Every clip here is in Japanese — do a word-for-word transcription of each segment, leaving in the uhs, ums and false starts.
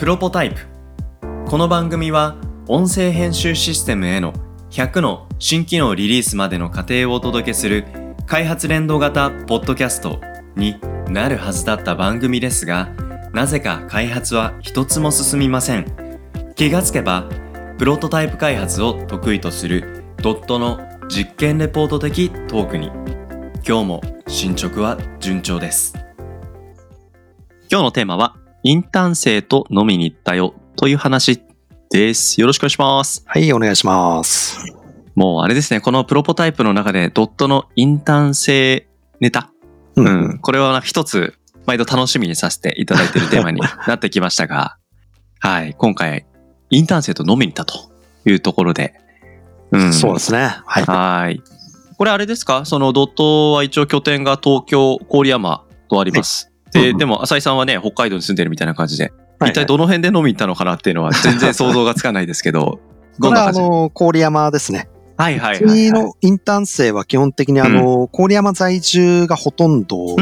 プロポタイプ。この番組は音声編集システムへのひゃくの新機能リリースまでの過程をお届けする開発連動型ポッドキャストになるはずだった番組ですが、なぜか開発は一つも進みません。気がつけばプロトタイプ開発を得意とするドットの実験レポート的トークに、今日も進捗は順調です。今日のテーマはインターン生と飲みに行ったよという話です。よろしくお願いします。 はい、お願いします。 もうあれですね、このプロポタイプの中でドットのインターン生ネタ、うん、うん、これは一つ毎度楽しみにさせていただいているテーマになってきましたがはい、今回インターン生と飲みに行ったというところで、 うん、そうですね。 はい。はい。これあれですか？そのドットは一応拠点が東京郡山とあります。はい、で、うん、でも浅井さんはね北海道に住んでるみたいな感じで、一体どの辺で飲みに行ったのかなっていうのは全然想像がつかないですけど、 どんな感じ？これはあの郡山ですね。 はいはいはい、はい。 次のインターン生は基本的にあの、うん、郡山在住がほとんど、うん、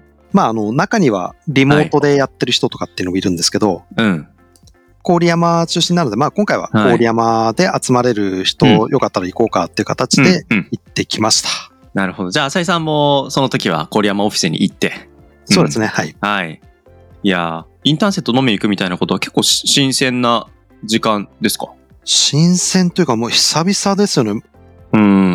まああの中にはリモートでやってる人とかっていうのもいるんですけど、はい、うん、郡山中心なので、まあ今回は郡山で集まれる人、はい、よかったら行こうかっていう形で行ってきました。 うんうん、なるほど。じゃあ浅井さんもその時は郡山オフィスに行って、 うん、そうですね。はい。 はい。いやインターン生と飲みに行くみたいなことは結構新鮮な時間ですか？ 新鮮というかもう久々ですよね。 うん。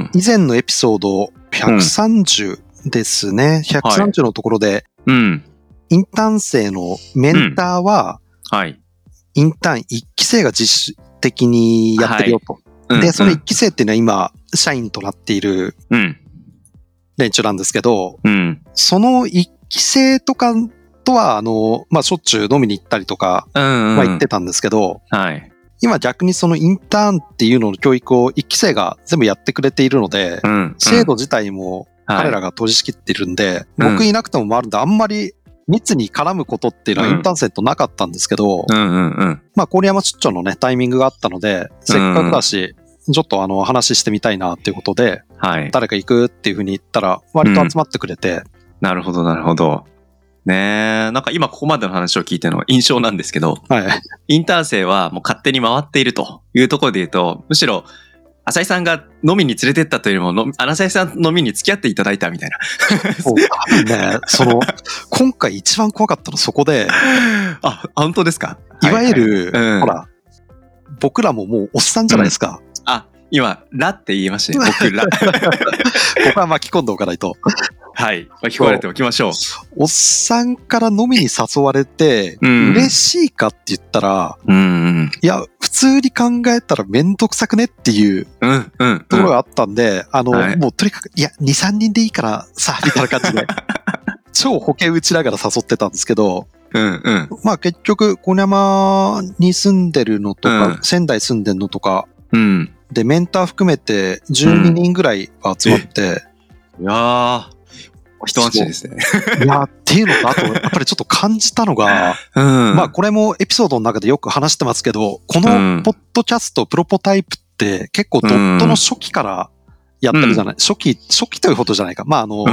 以前のエピソードひゃくさんじゅうですね。うん、ひゃくさんじゅうのところで、はい、うん、インターン生のメンターは、うん、はい、インターンいっき生が自主的にやってるよと。はい、で、うん、そのいっき生っていうのは今、社員となっている連中なんですけど、うん、そのいっき生とかとは、あの、まあ、しょっちゅう飲みに行ったりとか、まあ、行ってたんですけど、うんうん、はい、今逆にそのインターンっていうのの教育をいっき生が全部やってくれているので、うんうん、制度自体も彼らが取り仕切っているんで、はい、僕いなくても回るんで、あんまり密に絡むことっていうのはインターン生となかったんですけど、うんうんうん、まあ郡山出張のねタイミングがあったので、せっかくだし、ちょっとあの話してみたいなっていうことで、はい、誰か行くっていうふうに言ったら割と集まってくれて、うん、 なるほどなるほど。ねえ、なんか今ここまでの話を聞いての印象なんですけど、はい、インターン生はもう勝手に回っているというところで言うと、むしろ浅井さんが飲みに連れてったというよりも、浅井さん飲みに付き合っていただいたみたいな。 そうね、その今回一番怖かったのそこで、 あ、本当ですか？ いわゆる、はいはい、うん、ほら僕らももうおっさんじゃないですか。 うん、あ、今ラって言いましたね。僕ら。 僕は巻き込んでおかないと。 はい。巻き込まれておきましょう。 おっさんから飲みに誘われて、うん、嬉しいかって言ったら、うんうん、いや、普通に考えたらめんどくさくねっていうところがあったんで、うんうん、あの、はい、もうとにかく、いや、に、さんにんでいいからさ、みたいな感じで、超保険打ちながら誘ってたんですけど、うんうん、まあ結局、郡山に住んでるのとか、うん、仙台住んでるのとか、うん、で、メンター含めてじゅうににんぐらい集まって、 うん、いやー、一安心ですね。 いや、っていうのと、あと、やっぱりちょっと感じたのが、うん、まあこれもエピソードの中でよく話してますけど、このポッドキャスト、プロポタイプって結構ドットの初期からやってるじゃない、うん、初期、初期というほどじゃないか。まああの、うん、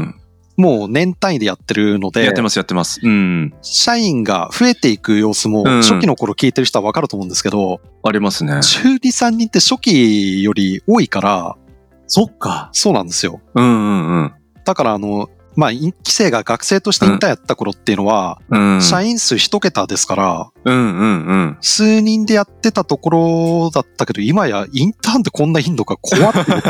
もう年単位でやってるので、 やってますやってます。うん、 社員が増えていく様子も初期の頃聞いてる人はわかると思うんですけど、 ありますね。 じゅうに、さんにんって初期より多いから、 そっか。 そうなんですよ。 うんうんうん。 だからあの、まあ、いっき生が学生としてインターンやった頃っていうのは、うん、社員数一桁ですから、うんうんうん、数人でやってたところだったけど、今やインターンってこんないんのか怖って思って。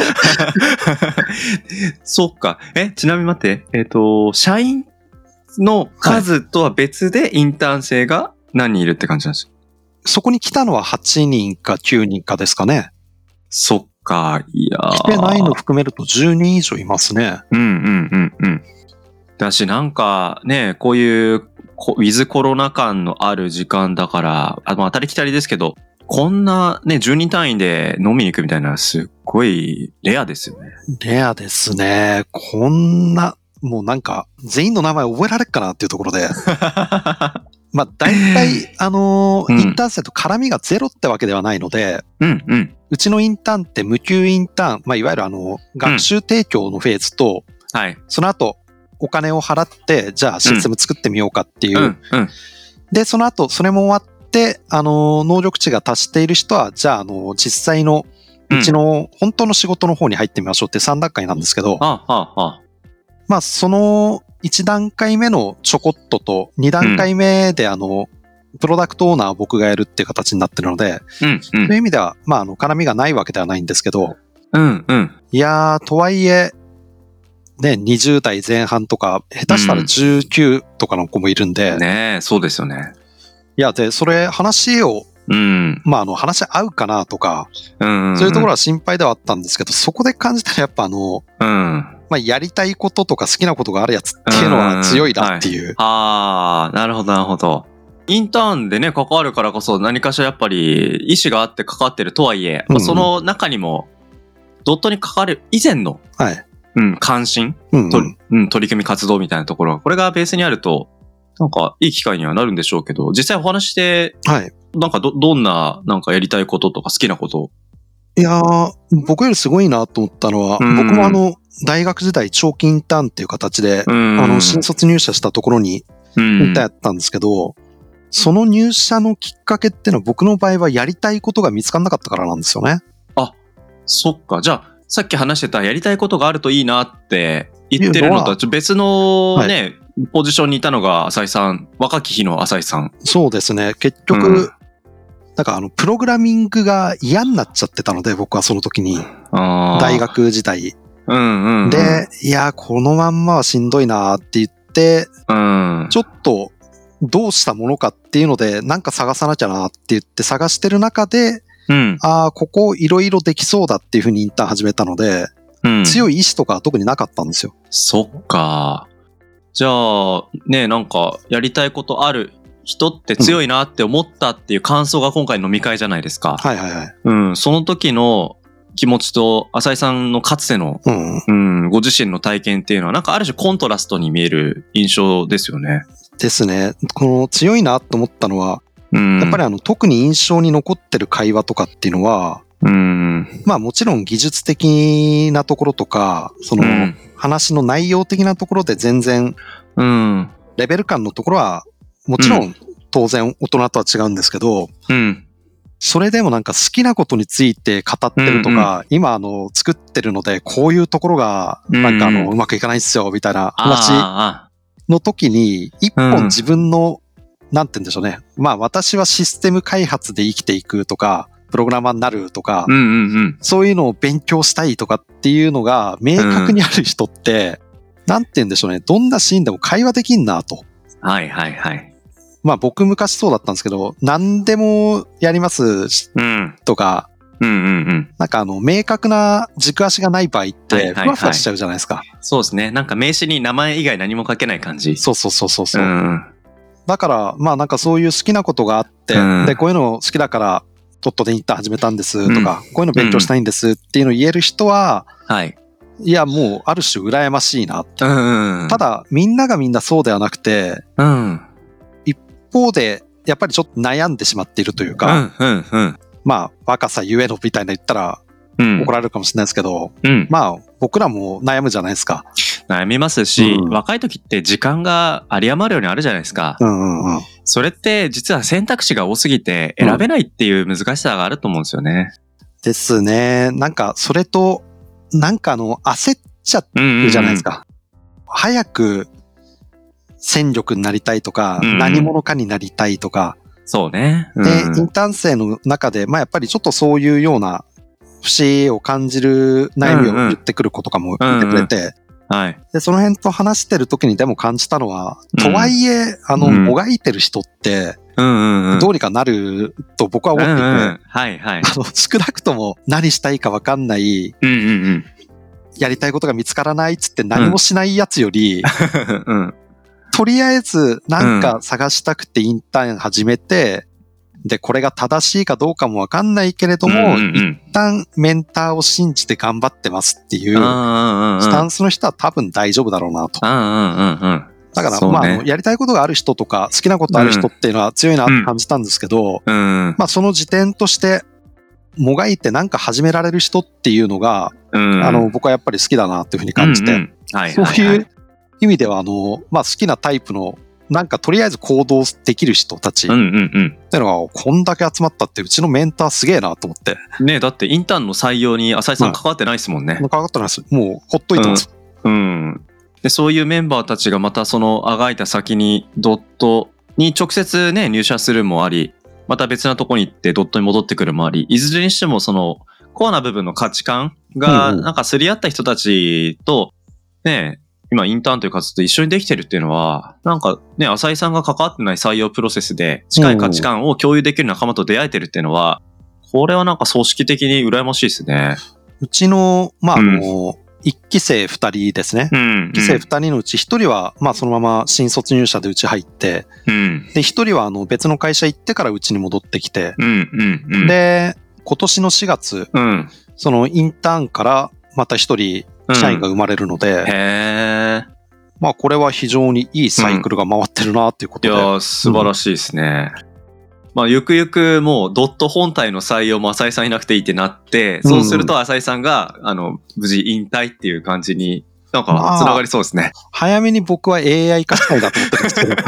そっか。え、ちなみに待って、えっと、社員の数とは別でインターン生が何人いるって感じなんですよ。 そこに来たのははちにんかきゅうにんかですかね。 そっか。か、いや来てないの含めるとじゅうにん以上いますね。 うんうんうんうん。だしなんかね、こういうウィズコロナ感のある時間だから、あの当たりきたりですけど、こんなね、じゅうにん単位で飲みに行くみたいなすっごいレアですよね。 レアですね。こんな、もうなんか全員の名前覚えられっかなっていうところで。まあ大体、あのーうん、インターン生と絡みがゼロってわけではないので、うんうん、うちのインターンって無給インターン、まあいわゆるあの、学習提供のフェーズと、うん、はい、その後お金を払って、じゃあシステム作ってみようかっていう、うんうん、 で、その後、それも終わって、あの、能力値が達している人は、じゃあ、あの、実際の、うちの本当の仕事の方に入ってみましょうってさん段階なんですけど、 うん、はあはあはあ、 まあ、そのいち段階目のちょこっととに段階目で、あの、うん、プロダクトオーナーを僕がやるっていう形になってるので、うんうん、そういう意味では、まあ、あの、絡みがないわけではないんですけど、 うんうん、 いやー、とはいえ、ね、にじゅう代前半とか、下手したらじゅうきゅうとかの子もいるんで。 うん、ねえ、そうですよね。 いや、で、それ、話を、うん、まあ、あの、話合うかなとか、うんうんうん、そういうところは心配ではあったんですけど、そこで感じたらやっぱあの、うん、まあ、やりたいこととか好きなことがあるやつっていうのは強いなっていう。うんはい、 ああ、なるほど、なるほど。インターンでね、関わるからこそ何かしらやっぱり意思があって関わってるとはいえ、うんうんまあ、その中にも、ドットに関わる以前の、はい。うん、関心、うんうんうん、取り組み活動みたいなところ、これがベースにあると、なんかいい機会にはなるんでしょうけど、実際お話して、はい。なんかど、どんな、なんかやりたいこととか好きなこといやー、僕よりすごいなと思ったのは、僕もあの、大学時代長期インターンっていう形で、あの、新卒入社したところに、インターンやったんですけど、その入社のきっかけっていうのは僕の場合はやりたいことが見つからなかったからなんですよね。 あ、そっか。じゃあ、さっき話してたやりたいことがあるといいなって言ってるのとは別のね、はい、ポジションにいたのが浅井さん、若き日の浅井さん。 そうですね。結局、うん、なんかあの、プログラミングが嫌になっちゃってたので、僕はその時に。大学時代。うんうんうん、で、いや、このまんまはしんどいなって言って、うん、ちょっとどうしたものかっていうので、なんか探さなきゃなって言って探してる中で、うん、ああ、ここいろいろできそうだっていうふうにインターン始めたので、うん、強い意志とかは特になかったんですよ。 そっか。じゃあ、ね、なんかやりたいことある人って強いなって思ったっていう感想が今回の飲み会じゃないですか。 はいはいはい。 うん、その時の気持ちと浅井さんのかつての、うんうん、ご自身の体験っていうのはなんかある種コントラストに見える印象ですよね。 ですね。この強いなと思ったのは、うん、やっぱりあの特に印象に残ってる会話とかっていうのは、うん、まあもちろん技術的なところとか、その話の内容的なところで全然、うん、レベル感のところはもちろん当然大人とは違うんですけど、うん、それでもなんか好きなことについて語ってるとか、うんうん、今あの作ってるのでこういうところがなんかあのうまくいかないっすよみたいな話の時に一本自分の、うん、なんて言うんでしょうね。まあ私はシステム開発で生きていくとか、プログラマーになるとか、うんうんうん、そういうのを勉強したいとかっていうのが明確にある人って、うん、なんて言うんでしょうね。どんなシーンでも会話できんなと。 はいはいはい。 まあ僕昔そうだったんですけど、何でもやりますとか、うんうんうん、なんかあの明確な軸足がない場合ってふわふわしちゃうじゃないですか。はいはいはい、 そうですね。なんか名詞に名前以外何も書けない感じ。 そうそうそうそう。うん、だからまあなんかそういう好きなことがあって、うん、でこういうの好きだからドットでインターン始めたんですとか、うん、こういうの勉強したいんですっていうのを言える人は、うん、はい。いやもうある種羨ましいなって、うんうん。ただみんながみんなそうではなくて、うん、一方でやっぱりちょっと悩んでしまっているというか、うんうんうん、まあ若さゆえのみたいな言ったら怒られるかもしれないですけど、うん、まあ僕らも悩むじゃないですか。 悩みますし、うん、若い時って時間が有り余るようにあるじゃないですか。うんうんうん、それって実は選択肢が多すぎて選べないっていう難しさがあると思うんですよね。 ですね。なんかそれとなんかあの焦っちゃうじゃないですか。うんうんうん、早く戦力になりたいとか、うんうん、何者かになりたいとか。 そうね。 うん、で、インターン生の中で、まあやっぱりちょっとそういうような節を感じる悩みを言ってくる子とかも言ってくれて、うんうんはい。で、その辺と話してる時にでも感じたのは、うん、とはいえ、あの、もがいてる人って、うんうんうん、どうにかなると僕は思っていて、うんうん、はいはい。あの、少なくとも何したいか分かんない、うんうんうん、やりたいことが見つからないっつって何もしないやつより、うん、とりあえずなんか探したくてインターン始めて、で、これが正しいかどうかもわかんないけれども、うんうんうん、一旦メンターを信じて頑張ってますっていう、スタンスの人は多分大丈夫だろうなと。うんうんうんうん、だから、ね、まあ、あの、やりたいことがある人とか、好きなことある人っていうのは強いなって感じたんですけど、うんうん、まあ、その時点として、もがいてなんか始められる人っていうのが、うん、あの、僕はやっぱり好きだなっていうふうに感じて、うんうんはいはいはい、そういう意味では、あの、まあ、好きなタイプのなんかとりあえず行動できる人たちっていうのがこんだけ集まったって、うちのメンターすげえなと思って。 ね、だってインターンの採用に浅井さん関わってないですもんね。 関わってないです。もうほっといてます。 うん。うん、でそういうメンバーたちがまたそのあがいた先にドットに直接ね入社するもあり、また別なとこに行ってドットに戻ってくるもあり、いずれにしてもそのコアな部分の価値観がなんかすり合った人たちとね、今インターンという活動と一緒にできてるっていうのは、なんかね、浅井さんが関わってない採用プロセスで近い価値観を共有できる仲間と出会えてるっていうのは、これはなんか組織的に羨ましいですね。 うちの、まあ、あの、いっき生ふたりですね。うん、いっき生ふたりのうちひとりは、まあ、そのまま新卒入社でうち入って、うん、で、ひとりはあの別の会社行ってからうちに戻ってきて、うんうんうん、で、今年のしがつ、うん、そのインターンからまたひとり社員が生まれるので、うん、へー、まあこれは非常にいいサイクルが回ってるなっていうことで、 うん、いや素晴らしいですね。うん、まあゆくゆくもうドット本体の採用も浅井さんいなくていいってなって、そうすると浅井さんがあの無事引退っていう感じになんかつながりそうですね。 まあ、早めに僕は エーアイ 化したいなと思ってるんですけど。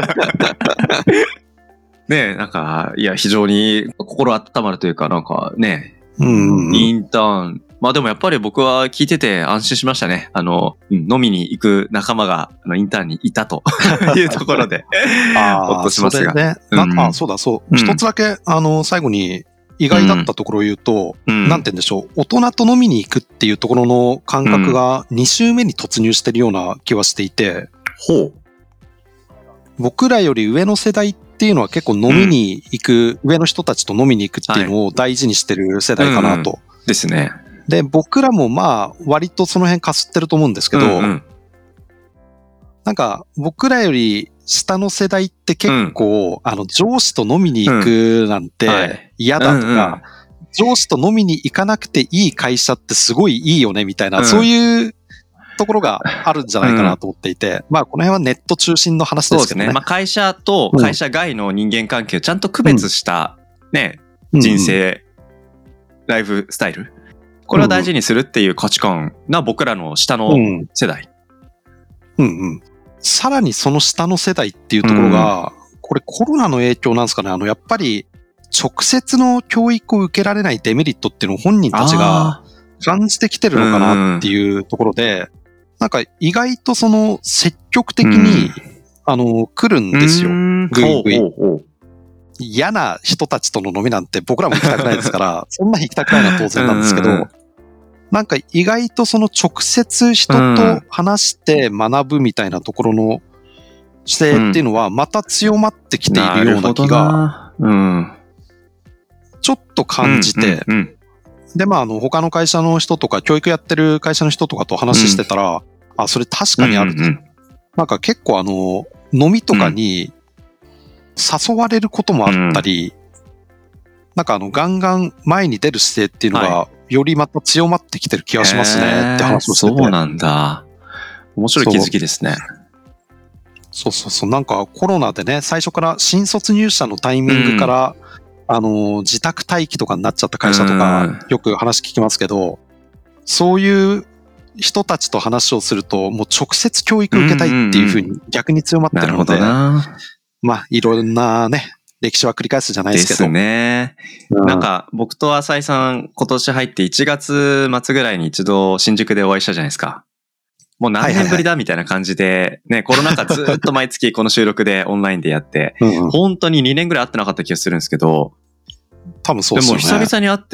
ねえ、なんかいや非常に心温まるというか、なんかね、うん、インターン。まあでもやっぱり僕は聞いてて安心しましたね。あの、うん、飲みに行く仲間があのインターンにいたというところで、ほっとしますが。 それね、なんか、うん、そうだそう、一、うん、つだけあの最後に意外だったところを言うと、うん、なんて言うんでしょう、大人と飲みに行くっていうところの感覚がに週目に突入してるような気はしていて、ほう。僕らより上の世代っていうのは結構飲みに行く、うん、上の人たちと飲みに行くっていうのを大事にしてる世代かなと。 はい、うん、ですね。 で、僕らもまあ、割とその辺かすってると思うんですけど、うんうん、なんか、僕らより下の世代って結構、うん、あの、上司と飲みに行くなんて嫌だとか、うんはい、上司と飲みに行かなくていい会社ってすごいいいよねみたいな、うん、そういうところがあるんじゃないかなと思っていて、うん、まあ、この辺はネット中心の話ですけどね。そうですね。 まあ、会社と会社外の人間関係をちゃんと区別したね、うん、人生、うん、ライフスタイル。これを大事にするっていう価値観が僕らの下の世代。 うん、うん、うん。さらにその下の世代っていうところが、うん、これコロナの影響なんですかね。あの、やっぱり直接の教育を受けられないデメリットっていうのを本人たちが感じてきてるのかなっていうところで、なんか意外とその積極的に、うん、あの、来るんですよ。ぐいぐい。嫌な人たちとの飲みなんて僕らも行きたくないですから、そんな行きたくないのは当然なんですけど、うんうん、なんか意外とその直接人と話して学ぶみたいなところの姿勢っていうのはまた強まってきているような気が、ちょっと感じて、うんうんうん、で、まあ、あの、他の会社の人とか、教育やってる会社の人とかと話してたら、うん、あ、それ確かにある、うんうん。なんか結構あの、飲みとかに誘われることもあったり、うん、なんかあの、ガンガン前に出る姿勢っていうのが、よりまた強まってきてる気がしますねって話をしてて。 そうなんだ。面白い気づきですね。 そうそうそう。なんかコロナでね、最初から新卒入社のタイミングから、うん、あの、自宅待機とかになっちゃった会社とか、よく話聞きますけど、そういう人たちと話をすると、もう直接教育受けたいっていうふうに逆に強まってるので、うんうんうん、なるほどな。まあ、いろんなね、歴史は繰り返すじゃないですけど。 ですね。うん、なんか、僕と浅井さん、今年入っていちがつ末ぐらいに一度新宿でお会いしたじゃないですか。もう何年ぶりだみたいな感じで、ね、コロナ禍ずっと毎月この収録でオンラインでやって、うんうん、本当ににねんぐらい会ってなかった気がするんですけど、 多分そうですよね。 でも久々に会って、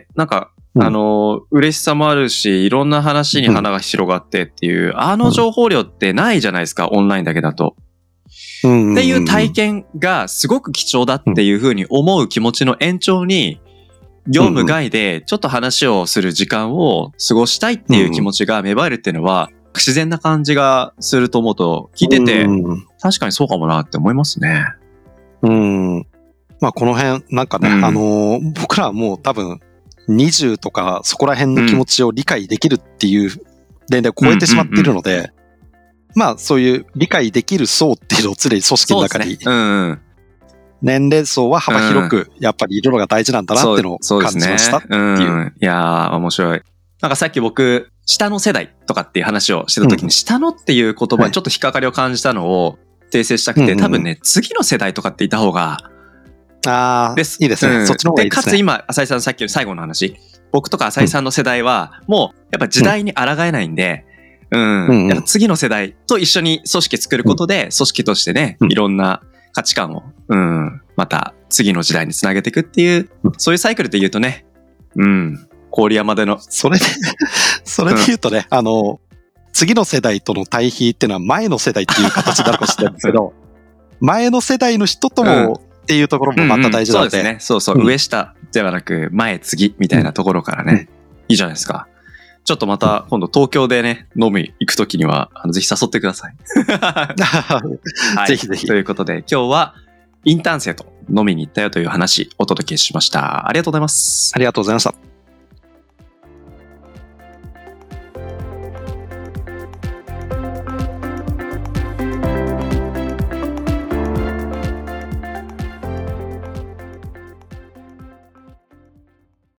なんか、うん、あの、嬉しさもあるし、いろんな話に花が広がってっていう、うん、あの情報量ってないじゃないですか、オンラインだけだと。うんうんうん、っていう体験がすごく貴重だっていうふうに思う気持ちの延長に、業務外でちょっと話をする時間を過ごしたいっていう気持ちが芽生えるっていうのは、自然な感じがすると思うと、聞いてて、確かにそうかもなって思いますね。 うん。まあこの辺、なんかね、うん、あのー、僕らはもう多分にじゅうとかそこら辺の気持ちを理解できるっていう年齢を超えてしまっているので、うんうんうん、まあそういう理解できる層っていうのを常に組織の中に、ね、うんうん、年齢層は幅広くやっぱりいるのが大事なんだなっていうのを感じましたっていう。 うんうん、いやー面白い。なんかさっき僕、下の世代とかっていう話をしてた時に、うん、下のっていう言葉にちょっと引っかかりを感じたのを、 訂正したくて、うんうん、多分ね、次の世代とかって言った方が、 ああ、いいですね、うん。そっちの方がいいですね。 で、かつ今、浅井さんさっきの最後の話、僕とか浅井さんの世代は、もう、やっぱ時代に抗えないんで、うん、うん、やっぱ次の世代と一緒に組織作ることで、組織としてね、いろんな価値観を、うん、また次の時代につなげていくっていう、そういうサイクルで言うとね、うん、郡山での。 それで、それで言うとね、うん、あの、次の世代との対比っていうのは前の世代っていう形になるかもしれないんですけど、前の世代の人ともっていうところもまた大事なので、 うんうん、そうですね。そうそう、うん、上下ではなく前次みたいなところからね、うん、いいじゃないですか。ちょっとまた今度東京でね、飲み行くときには、あの、ぜひ誘ってください。はい、ぜひぜひ。ということで、今日はインターン生と飲みに行ったよという話、お届けしました。ありがとうございます。 ありがとうございました。